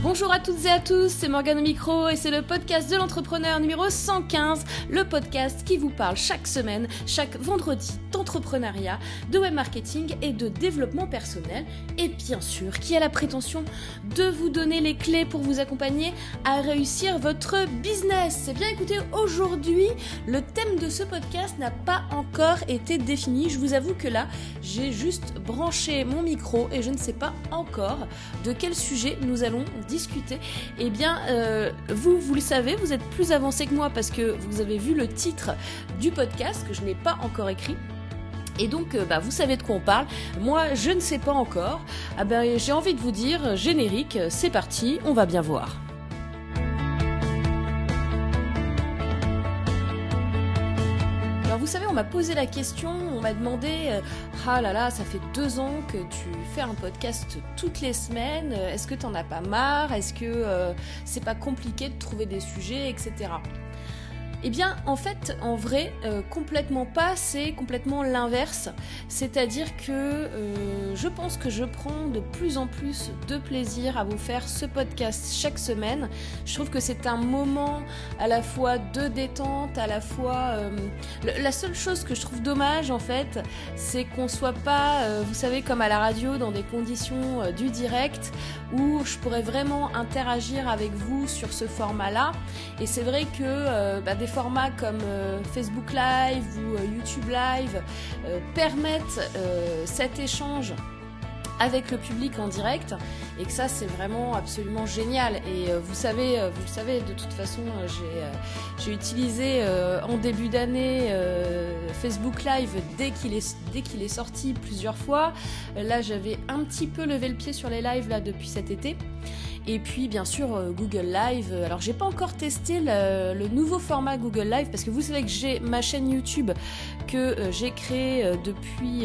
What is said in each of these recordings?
Bonjour à toutes et à tous, c'est Morgane au micro et c'est le podcast de l'entrepreneur numéro 115, le podcast qui vous parle chaque semaine, chaque vendredi d'entrepreneuriat, de web marketing et de développement personnel et bien sûr qui a la prétention de vous donner les clés pour vous accompagner à réussir votre business. Eh bien écoutez, aujourd'hui, le thème de ce podcast n'a pas encore été défini. Je vous avoue que là, j'ai juste branché mon micro et je ne sais pas encore de quel sujet nous allons discuter. Eh bien, vous le savez, vous êtes plus avancé que moi parce que vous avez vu le titre du podcast que je n'ai pas encore écrit. Et donc, vous savez de quoi on parle. Moi, je ne sais pas encore. J'ai envie de vous dire, générique, c'est parti, on va bien voir. Alors vous savez, on m'a posé la question, on m'a demandé ah là là, ça fait 2 ans que tu fais un podcast toutes les semaines, est-ce que t'en as pas marre, est-ce que c'est pas compliqué de trouver des sujets, etc. Eh bien, en fait, en vrai, complètement pas, c'est complètement l'inverse. C'est-à-dire que je pense que je prends de plus en plus de plaisir à vous faire ce podcast chaque semaine. Je trouve que c'est un moment à la fois de détente, à la fois... La seule chose que je trouve dommage, en fait, c'est qu'on soit pas, vous savez, comme à la radio, dans des conditions du direct, où je pourrais vraiment interagir avec vous sur ce format-là. Et c'est vrai que des formats comme Facebook Live ou YouTube Live permettent cet échange avec le public en direct et que ça c'est vraiment absolument génial. Et vous le savez, de toute façon j'ai utilisé en début d'année Facebook Live dès qu'il est sorti plusieurs fois. Là j'avais un petit peu levé le pied sur les lives là depuis cet été. Et puis bien sûr Google Live. Alors j'ai pas encore testé le nouveau format Google Live parce que vous savez que j'ai ma chaîne YouTube que j'ai créée depuis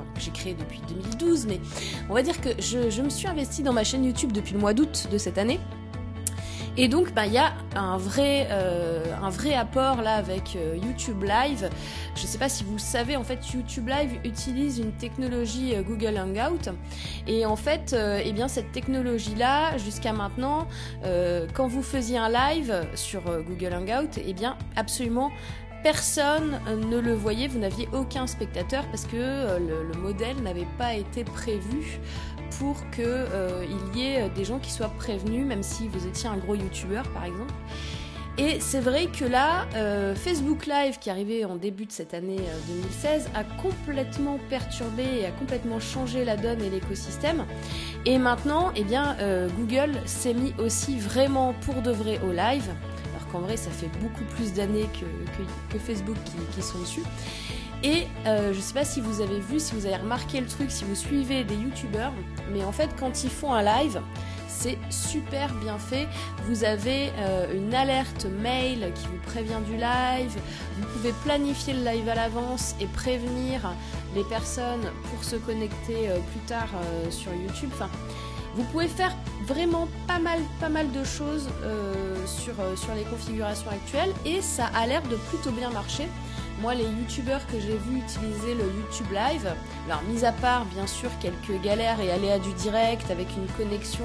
2012, mais on va dire que je me suis investie dans ma chaîne YouTube depuis le mois d'août de cette année. Et donc, il y a un vrai apport là avec YouTube Live. Je ne sais pas si vous le savez, en fait, YouTube Live utilise une technologie Google Hangout. Et en fait, cette technologie-là, jusqu'à maintenant, quand vous faisiez un live sur Google Hangout, absolument personne ne le voyait, vous n'aviez aucun spectateur parce que le modèle n'avait pas été prévu pour qu'il y ait des gens qui soient prévenus, même si vous étiez un gros youtubeur par exemple. Et c'est vrai que là, Facebook Live, qui est arrivé en début de cette année 2016, a complètement perturbé et a complètement changé la donne et l'écosystème. Et maintenant, Google s'est mis aussi vraiment pour de vrai au live. Alors qu'en vrai, ça fait beaucoup plus d'années que Facebook qui sont dessus. Et je ne sais pas si vous avez vu, si vous avez remarqué le truc, si vous suivez des youtubeurs, mais en fait quand ils font un live, c'est super bien fait. Vous avez une alerte mail qui vous prévient du live, vous pouvez planifier le live à l'avance et prévenir les personnes pour se connecter plus tard sur YouTube. Enfin, vous pouvez faire vraiment pas mal de choses sur les configurations actuelles et ça a l'air de plutôt bien marcher. Moi, les youtubeurs que j'ai vu utiliser le YouTube Live, alors mis à part bien sûr quelques galères et aléas du direct avec une connexion.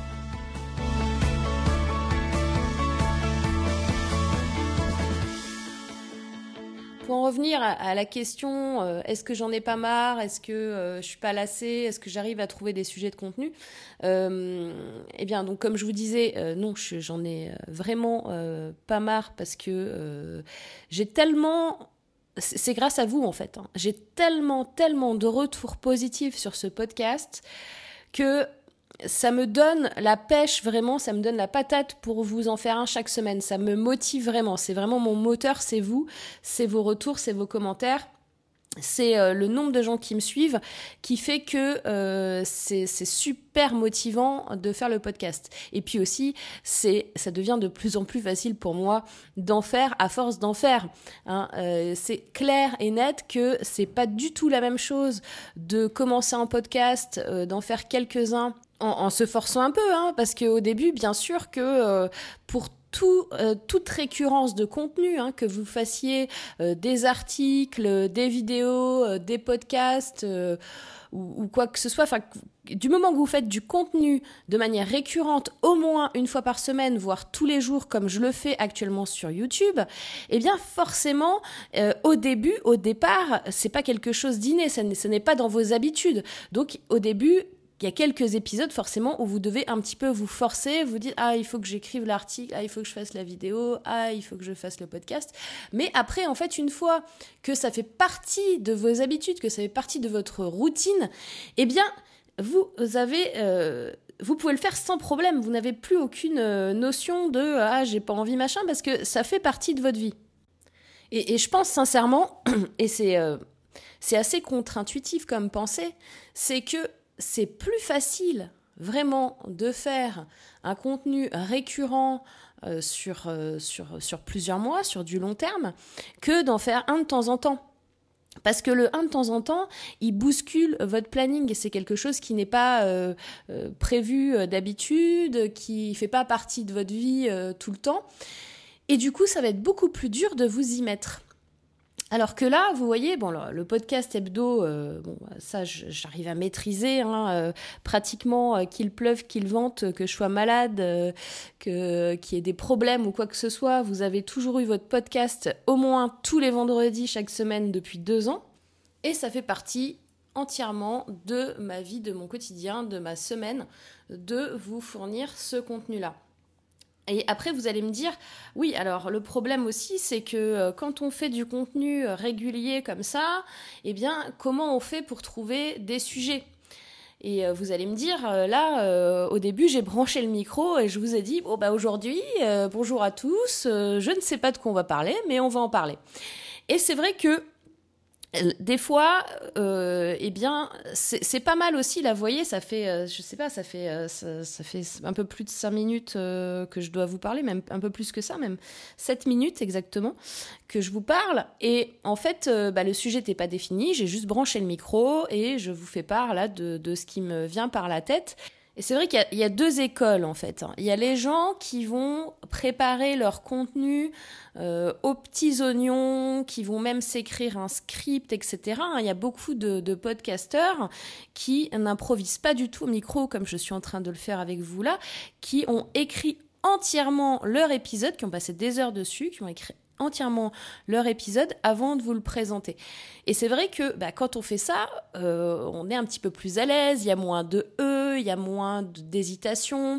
Pour en revenir à la question, est-ce que j'en ai pas marre, est-ce que je suis pas lassée, est-ce que j'arrive à trouver des sujets de contenu, donc comme je vous disais, non, j'en ai vraiment pas marre parce que j'ai tellement... C'est grâce à vous en fait, hein. J'ai tellement de retours positifs sur ce podcast que ça me donne la pêche vraiment, ça me donne la patate pour vous en faire un chaque semaine. Ça me motive vraiment, c'est vraiment mon moteur, c'est vous, c'est vos retours, c'est vos commentaires. C'est le nombre de gens qui me suivent qui fait que c'est super motivant de faire le podcast. Et puis aussi, ça devient de plus en plus facile pour moi d'en faire à force d'en faire. Hein. C'est clair et net que c'est pas du tout la même chose de commencer un podcast, d'en faire quelques-uns en se forçant un peu, hein, parce qu'au début, bien sûr que pour toute récurrence de contenu, hein, que vous fassiez des articles, des vidéos, des podcasts ou quoi que ce soit, enfin, du moment que vous faites du contenu de manière récurrente, au moins une fois par semaine, voire tous les jours, comme je le fais actuellement sur YouTube, eh bien forcément, au départ, c'est pas quelque chose d'inné, ce n'est pas dans vos habitudes. Donc au début, il y a quelques épisodes forcément où vous devez un petit peu vous forcer, vous dire il faut que j'écrive l'article, il faut que je fasse la vidéo, il faut que je fasse le podcast. Mais après, en fait, une fois que ça fait partie de vos habitudes, que ça fait partie de votre routine, eh bien, vous pouvez le faire sans problème. Vous n'avez plus aucune notion de j'ai pas envie machin, parce que ça fait partie de votre vie. Et je pense sincèrement, et c'est assez contre-intuitif comme pensée, c'est que c'est plus facile vraiment de faire un contenu récurrent sur plusieurs mois, sur du long terme, que d'en faire un de temps en temps. Parce que le un de temps en temps, il bouscule votre planning et c'est quelque chose qui n'est pas prévu d'habitude, qui ne fait pas partie de votre vie tout le temps. Et du coup, ça va être beaucoup plus dur de vous y mettre. Alors que là, vous voyez, bon, le podcast hebdo, ça, j'arrive à maîtriser, pratiquement, qu'il pleuve, qu'il vente, que je sois malade, qu'il y ait des problèmes ou quoi que ce soit. Vous avez toujours eu votre podcast au moins tous les vendredis chaque semaine depuis 2 ans. Et ça fait partie entièrement de ma vie, de mon quotidien, de ma semaine, de vous fournir ce contenu-là. Et après, vous allez me dire, oui, alors le problème aussi, c'est que quand on fait du contenu régulier comme ça, eh bien, comment on fait pour trouver des sujets ? Et vous allez me dire, au début, j'ai branché le micro et je vous ai dit, aujourd'hui, bonjour à tous, je ne sais pas de quoi on va parler, mais on va en parler. Et c'est vrai que des fois, c'est pas mal aussi. Là, vous voyez, ça fait, ça fait un peu plus de 5 minutes que je dois vous parler, même un peu plus que ça, même 7 minutes exactement, que je vous parle. Et en fait, le sujet n'était pas défini, j'ai juste branché le micro et je vous fais part là de ce qui me vient par la tête. Et c'est vrai qu'il y a 2 écoles en fait. Il y a les gens qui vont préparer leur contenu aux petits oignons, qui vont même s'écrire un script, etc. Il y a beaucoup de podcasteurs qui n'improvisent pas du tout au micro, comme je suis en train de le faire avec vous là, qui ont écrit entièrement leur épisode, qui ont passé des heures dessus, qui ont écrit entièrement leur épisode avant de vous le présenter. Et c'est vrai que quand on fait ça, on est un petit peu plus à l'aise, il y a moins de il y a moins d'hésitation,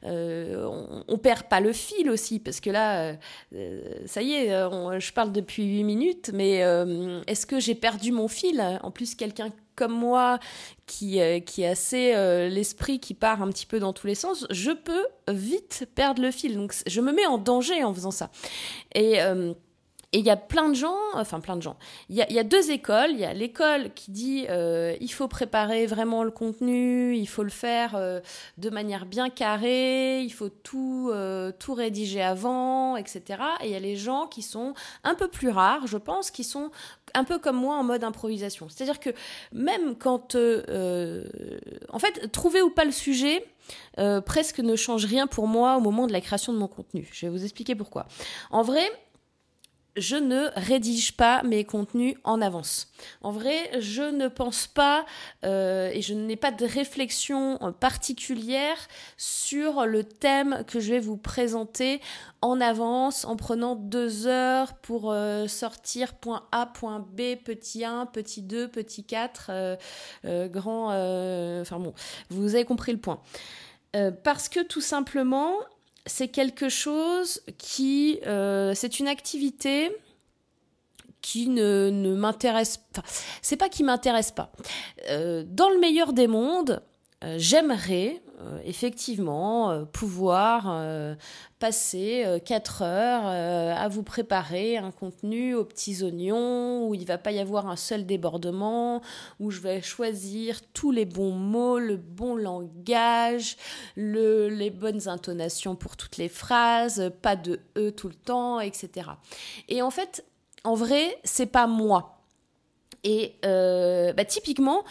on perd pas le fil aussi, parce que là, ça y est, je parle depuis 8 minutes, mais est-ce que j'ai perdu mon fil ? En plus, quelqu'un comme moi, qui est assez l'esprit qui part un petit peu dans tous les sens, je peux vite perdre le fil. Donc, je me mets en danger en faisant ça. Et il y a plein de gens, il y a 2 écoles. Il y a l'école qui dit il faut préparer vraiment le contenu, il faut le faire de manière bien carrée, il faut tout rédiger avant, etc. Et il y a les gens qui sont un peu plus rares, je pense, qui sont un peu comme moi en mode improvisation. C'est-à-dire que même quand... en fait, trouver ou pas le sujet... presque ne change rien pour moi au moment de la création de mon contenu. Je vais vous expliquer pourquoi. En vrai, je ne rédige pas mes contenus en avance. En vrai, je ne pense pas et je n'ai pas de réflexion particulière sur le thème que je vais vous présenter en avance, en prenant 2 heures pour sortir point A, point B, petit 1, petit 2, petit 4, grand... vous avez compris le point. Parce que tout simplement... c'est quelque chose qui... c'est une activité qui ne m'intéresse pas. C'est pas qui m'intéresse pas. Dans le meilleur des mondes, j'aimerais effectivement pouvoir passer 4 heures à vous préparer un contenu aux petits oignons, où il ne va pas y avoir un seul débordement, où je vais choisir tous les bons mots, le bon langage, les bonnes intonations pour toutes les phrases, pas de « e » tout le temps, etc. Et en fait, en vrai, c'est pas moi. Et typiquement,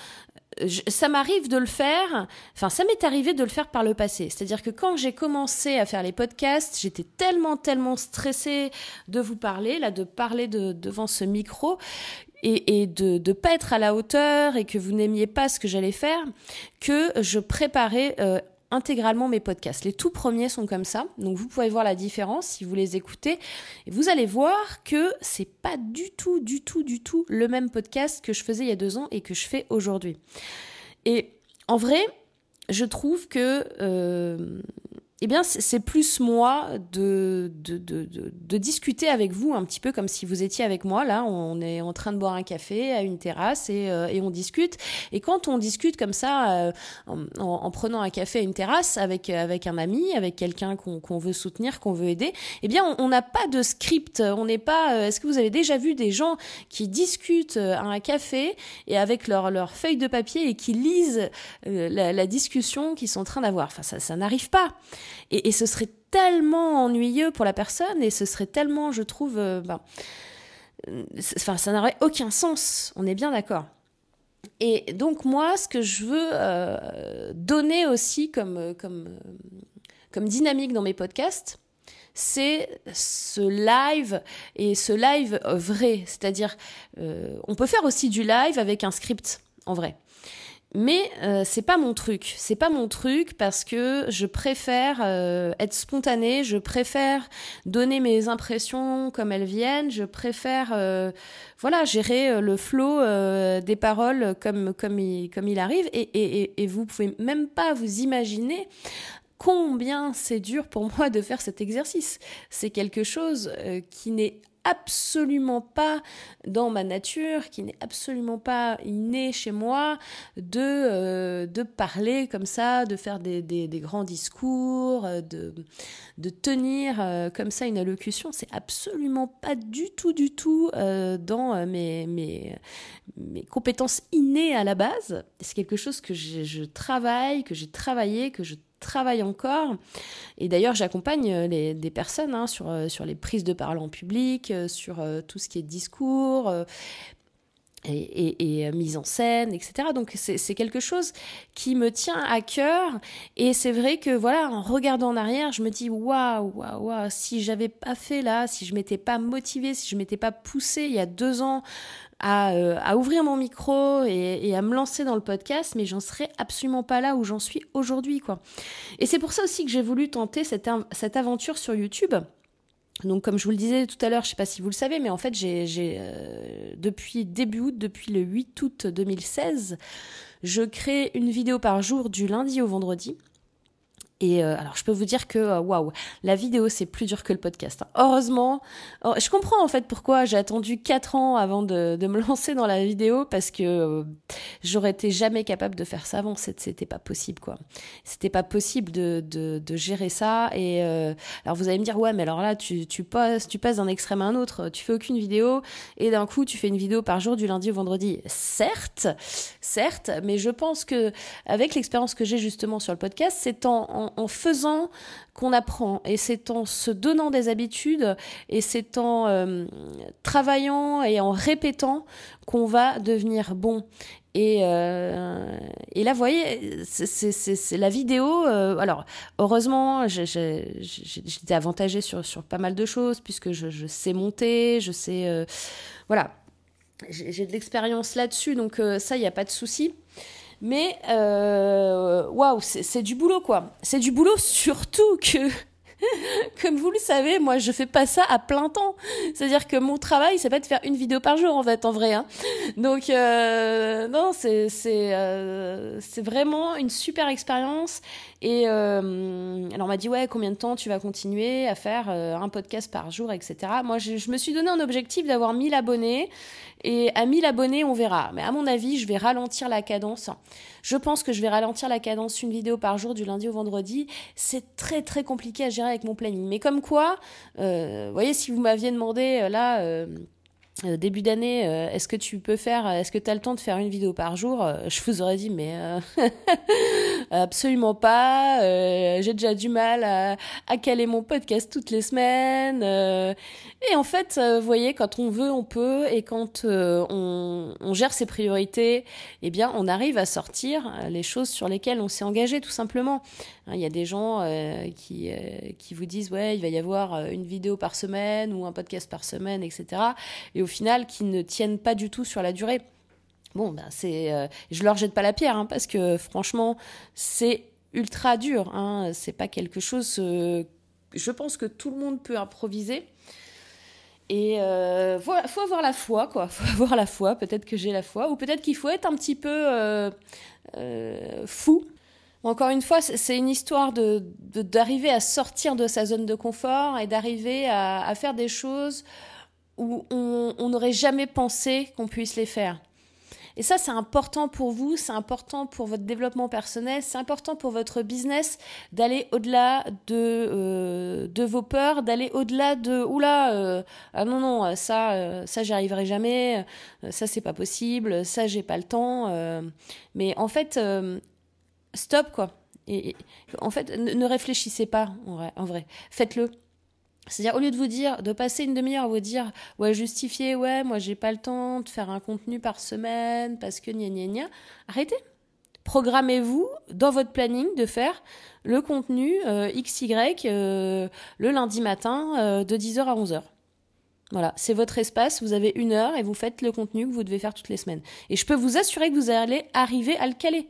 ça m'arrive de le faire, enfin ça m'est arrivé de le faire par le passé. C'est-à-dire que quand j'ai commencé à faire les podcasts, j'étais tellement stressée de vous parler, là, de parler devant ce micro et de pas être à la hauteur et que vous n'aimiez pas ce que j'allais faire, que je préparais intégralement mes podcasts. Les tout premiers sont comme ça, donc vous pouvez voir la différence si vous les écoutez. Et vous allez voir que c'est pas du tout le même podcast que je faisais il y a 2 ans et que je fais aujourd'hui. Et en vrai, je trouve que eh bien, c'est plus moi de discuter avec vous un petit peu comme si vous étiez avec moi. Là, on est en train de boire un café à une terrasse et on discute. Et quand on discute comme ça, en prenant un café à une terrasse avec un ami, avec quelqu'un qu'on veut soutenir, qu'on veut aider, eh bien, on n'a pas de script. On n'est pas. Est-ce que vous avez déjà vu des gens qui discutent à un café et avec leur feuille de papier et qui lisent la discussion qu'ils sont en train d'avoir? Enfin, ça n'arrive pas. Et ce serait tellement ennuyeux pour la personne et ce serait tellement, je trouve, ça n'aurait aucun sens. On est bien d'accord. Et donc moi, ce que je veux donner aussi comme dynamique dans mes podcasts, c'est ce live et ce live vrai. C'est-à-dire, on peut faire aussi du live avec un script, en vrai. Mais c'est pas mon truc. C'est pas mon truc parce que je préfère être spontanée, je préfère donner mes impressions comme elles viennent, je préfère gérer le flow des paroles comme il arrive et vous pouvez même pas vous imaginer combien c'est dur pour moi de faire cet exercice. C'est quelque chose qui n'est absolument pas dans ma nature, qui n'est absolument pas inné chez moi de parler comme ça, de faire des grands discours, de tenir comme ça une allocution. C'est absolument pas du tout dans mes compétences innées à la base. C'est quelque chose que je travaille, que j'ai travaillé, que je travaille encore. Et d'ailleurs, j'accompagne des personnes sur les prises de parole en public, sur tout ce qui est discours et mise en scène, etc. Donc, c'est quelque chose qui me tient à cœur. Et c'est vrai que, voilà, en regardant en arrière, je me dis, waouh, si j'avais pas fait là, si je m'étais pas motivée, si je m'étais pas poussée il y a 2 ans à ouvrir mon micro et à me lancer dans le podcast, mais j'en serais absolument pas là où j'en suis aujourd'hui, quoi. Et c'est pour ça aussi que j'ai voulu tenter cette aventure sur YouTube. Donc, comme je vous le disais tout à l'heure, je sais pas si vous le savez, mais en fait, j'ai depuis début août, depuis le 8 août 2016, je crée une vidéo par jour du lundi au vendredi. Et alors, je peux vous dire que, waouh, la vidéo, c'est plus dur que le podcast. Heureusement, je comprends en fait pourquoi j'ai attendu 4 ans avant de me lancer dans la vidéo, parce que j'aurais été jamais capable de faire ça avant. C'était pas possible, quoi. C'était pas possible de gérer ça. Et alors, vous allez me dire, ouais, mais alors là, tu passes d'un extrême à un autre. Tu fais aucune vidéo et d'un coup, tu fais une vidéo par jour du lundi au vendredi. Certes, mais je pense que avec l'expérience que j'ai justement sur le podcast, c'est en faisant qu'on apprend, et c'est en se donnant des habitudes, et c'est en travaillant et en répétant qu'on va devenir bon. Et là, vous voyez, c'est la vidéo. Alors, heureusement, j'étais avantagée sur pas mal de choses, puisque je sais monter, je sais... voilà, j'ai de l'expérience là-dessus, donc ça, il n'y a pas de souci. Mais waouh, c'est du boulot, quoi. C'est du boulot, surtout que, comme vous le savez, moi je fais pas ça à plein temps. C'est-à-dire que mon travail, c'est pas de faire une vidéo par jour, en fait, en vrai. Hein. Donc non, c'est vraiment une super expérience. Et alors on m'a dit, ouais, combien de temps tu vas continuer à faire un podcast par jour, etc. Moi, je me suis donné un objectif d'avoir 1000 abonnés. Et à 1000 abonnés, on verra. Mais à mon avis, je vais ralentir la cadence. Je pense que je vais ralentir la cadence, une vidéo par jour du lundi au vendredi. C'est très très compliqué à gérer avec mon planning. Mais comme quoi, vous voyez, si vous m'aviez demandé début d'année, est-ce que tu as le temps de faire une vidéo par jour? Je vous aurais dit, mais absolument pas. J'ai déjà du mal à caler mon podcast toutes les semaines. Et en fait, vous voyez, quand on veut, on peut. Et quand on gère ses priorités, eh bien, on arrive à sortir les choses sur lesquelles on s'est engagé, tout simplement. Hein, il y a des gens qui vous disent, ouais, il va y avoir une vidéo par semaine ou un podcast par semaine, etc. Et au final, qui ne tiennent pas du tout sur la durée. Bon, ben je leur jette pas la pierre, hein, parce que franchement, c'est ultra dur. Hein, c'est pas quelque chose. Je pense que tout le monde peut improviser. Et voilà, faut avoir la foi, quoi. Faut avoir la foi. Peut-être que j'ai la foi, ou peut-être qu'il faut être un petit peu fou. Encore une fois, c'est une histoire d'arriver à sortir de sa zone de confort et d'arriver à faire des choses où on n'aurait jamais pensé qu'on puisse les faire. Et ça, c'est important pour vous, c'est important pour votre développement personnel, c'est important pour votre business d'aller au-delà de vos peurs, d'aller au-delà de ah non, ça j'y arriverai jamais, ça c'est pas possible, ça j'ai pas le temps. Mais en fait, stop quoi. Et en fait, ne réfléchissez pas en vrai. Faites-le. C'est-à-dire, au lieu de vous dire, de passer une demi-heure à vous dire, ouais, justifier, ouais, moi j'ai pas le temps de faire un contenu par semaine parce que gna gna gna, arrêtez. Programmez-vous dans votre planning de faire le contenu XY le lundi matin de 10h à 11h. Voilà, c'est votre espace, vous avez 1 heure et vous faites le contenu que vous devez faire toutes les semaines. Et je peux vous assurer que vous allez arriver à le caler.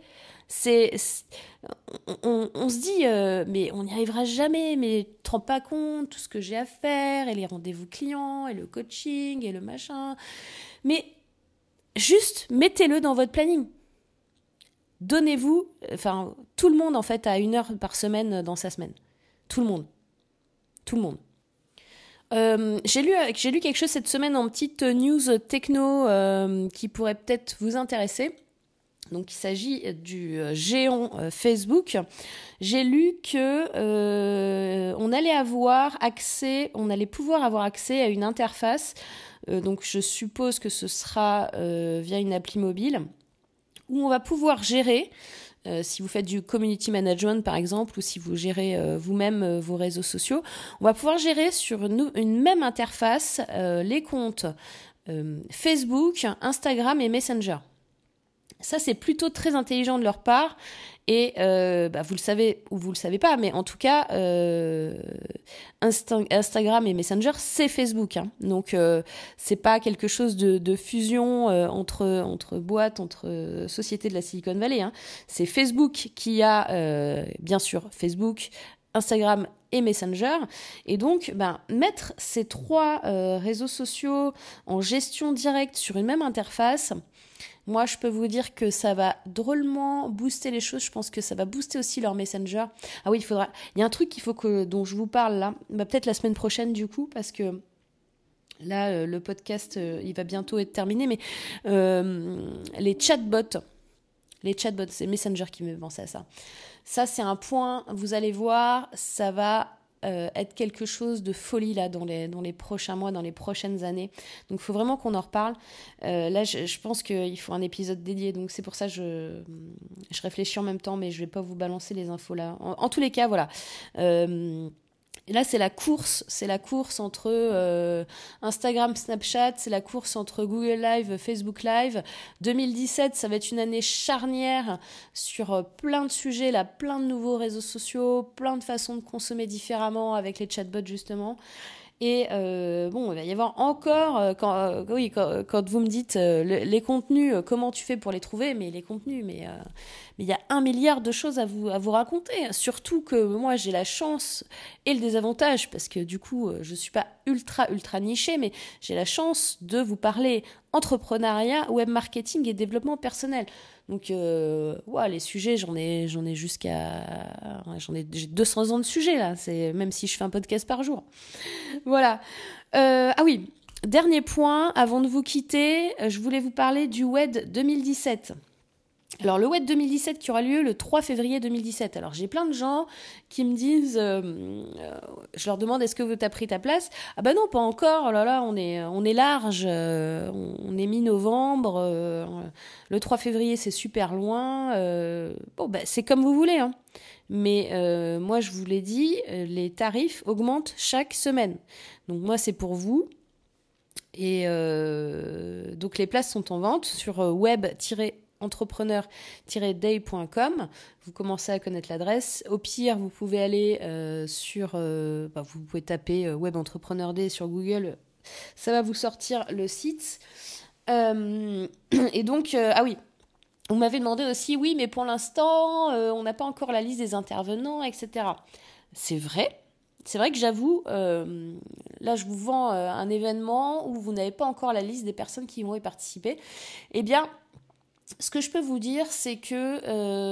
On se dit, mais on n'y arrivera jamais, mais tu te rends pas compte tout ce que j'ai à faire, et les rendez-vous clients, et le coaching, et le machin. Mais juste, mettez-le dans votre planning. Donnez-vous, enfin, tout le monde, en fait, a 1 heure par semaine dans sa semaine. Tout le monde. Tout le monde. J'ai lu quelque chose cette semaine en petite news techno qui pourrait peut-être vous intéresser. Donc il s'agit du géant Facebook. J'ai lu que on allait pouvoir avoir accès à une interface. Donc je suppose que ce sera via une appli mobile où on va pouvoir gérer. Si vous faites du community management par exemple, ou si vous gérez vous-même vos réseaux sociaux, on va pouvoir gérer sur une même interface les comptes Facebook, Instagram et Messenger. Ça, c'est plutôt très intelligent de leur part. Et vous le savez ou vous le savez pas, mais en tout cas, Instagram et Messenger, c'est Facebook. Hein. Donc, c'est pas quelque chose de fusion entre boîtes, entre sociétés de la Silicon Valley. Hein. C'est Facebook qui a, bien sûr, Facebook, Instagram et Messenger. Et donc, mettre ces 3 réseaux sociaux en gestion directe sur une même interface, moi, je peux vous dire que ça va drôlement booster les choses. Je pense que ça va booster aussi leur Messenger. Ah oui, il y a un truc dont je vous parle là, peut-être la semaine prochaine du coup, parce que là, le podcast, il va bientôt être terminé, mais les chatbots, c'est Messenger qui me fait penser à ça. Ça, c'est un point, vous allez voir, ça va être quelque chose de folie là dans les prochains mois, dans les prochaines années. Donc il faut vraiment qu'on en reparle. Là, je pense qu'il faut un épisode dédié, donc c'est pour ça que je réfléchis en même temps, mais je vais pas vous balancer les infos là. En tous les cas, voilà. Et là, c'est la course entre Instagram, Snapchat, c'est la course entre Google Live, Facebook Live. 2017, ça va être une année charnière sur plein de sujets, là, plein de nouveaux réseaux sociaux, plein de façons de consommer différemment avec les chatbots justement. Et il va y avoir encore, quand vous me dites les contenus, comment tu fais pour les trouver, mais les contenus, mais il y a 1 milliard de choses à vous raconter. Surtout que moi, j'ai la chance et le désavantage, parce que du coup, je suis pas ultra nichée, mais j'ai la chance de vous parler entrepreneuriat, web marketing et développement personnel. Donc, les sujets, j'ai 200 ans de sujets là. C'est même si je fais un podcast par jour. Voilà. Ah oui, dernier point, avant de vous quitter, je voulais vous parler du WED 2017. Alors, le WED 2017 qui aura lieu le 3 février 2017. Alors, j'ai plein de gens qui me disent, je leur demande, est-ce que tu as pris ta place ? Ah ben non, pas encore, oh là là, on est large, on est mi-novembre, le 3 février c'est super loin, c'est comme vous voulez, hein. Mais moi, je vous l'ai dit, les tarifs augmentent chaque semaine. Donc moi, c'est pour vous. Et donc les places sont en vente sur web-entrepreneur-day.com. Vous commencez à connaître l'adresse. Au pire, vous pouvez aller vous pouvez taper Web Entrepreneur Day sur Google. Ça va vous sortir le site. Et donc, ah oui, vous m'avez demandé aussi, oui, mais pour l'instant, on n'a pas encore la liste des intervenants, etc. C'est vrai. C'est vrai que j'avoue, là je vous vends un événement où vous n'avez pas encore la liste des personnes qui vont y participer. Eh bien, ce que je peux vous dire, c'est que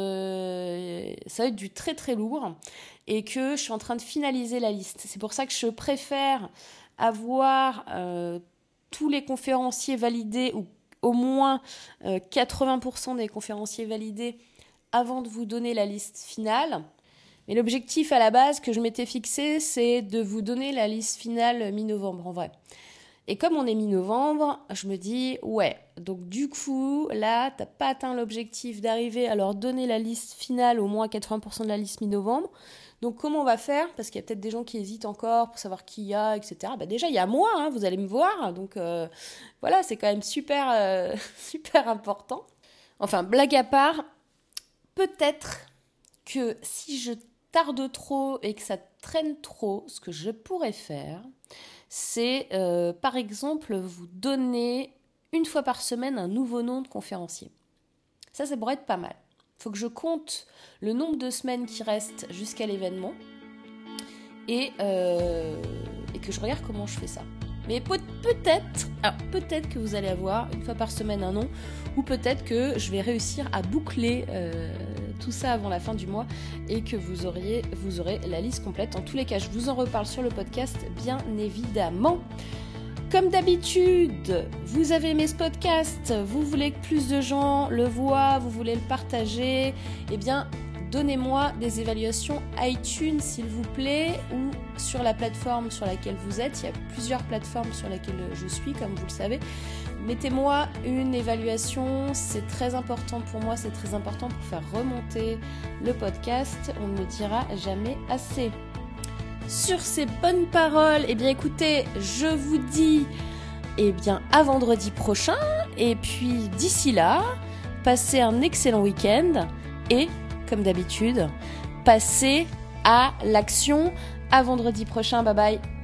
ça va être du très très lourd et que je suis en train de finaliser la liste. C'est pour ça que je préfère avoir tous les conférenciers validés ou au moins 80% des conférenciers validés avant de vous donner la liste finale. Mais l'objectif à la base que je m'étais fixé, c'est de vous donner la liste finale mi-novembre en vrai. Et comme on est mi-novembre, je me dis, ouais, donc du coup, là, t'as pas atteint l'objectif d'arriver à leur donner la liste finale, au moins 80% de la liste mi-novembre. Donc comment on va faire ? Parce qu'il y a peut-être des gens qui hésitent encore pour savoir qui il y a, etc. Déjà, il y a moi, hein, vous allez me voir. Donc voilà, c'est quand même super, super important. Enfin, blague à part, peut-être que si je tarde trop et que ça traîne trop, ce que je pourrais faire, c'est par exemple vous donner une fois par semaine un nouveau nom de conférencier. Ça pourrait être pas mal. Il faut que je compte le nombre de semaines qui restent jusqu'à l'événement et que je regarde comment je fais ça. Mais peut-être que vous allez avoir une fois par semaine un nom, ou peut-être que je vais réussir à boucler tout ça avant la fin du mois et que vous aurez la liste complète. En tous les cas, je vous en reparle sur le podcast, bien évidemment. Comme d'habitude, vous avez aimé ce podcast, vous voulez que plus de gens le voient, vous voulez le partager, eh bien, donnez-moi des évaluations iTunes, s'il vous plaît, ou sur la plateforme sur laquelle vous êtes. Il y a plusieurs plateformes sur lesquelles je suis, comme vous le savez. Mettez-moi une évaluation, c'est très important pour moi, c'est très important pour faire remonter le podcast. On ne le dira jamais assez. Sur ces bonnes paroles, eh bien écoutez, je vous dis à vendredi prochain. Et puis d'ici là, passez un excellent week-end et, comme d'habitude, passez à l'action. À vendredi prochain, bye bye.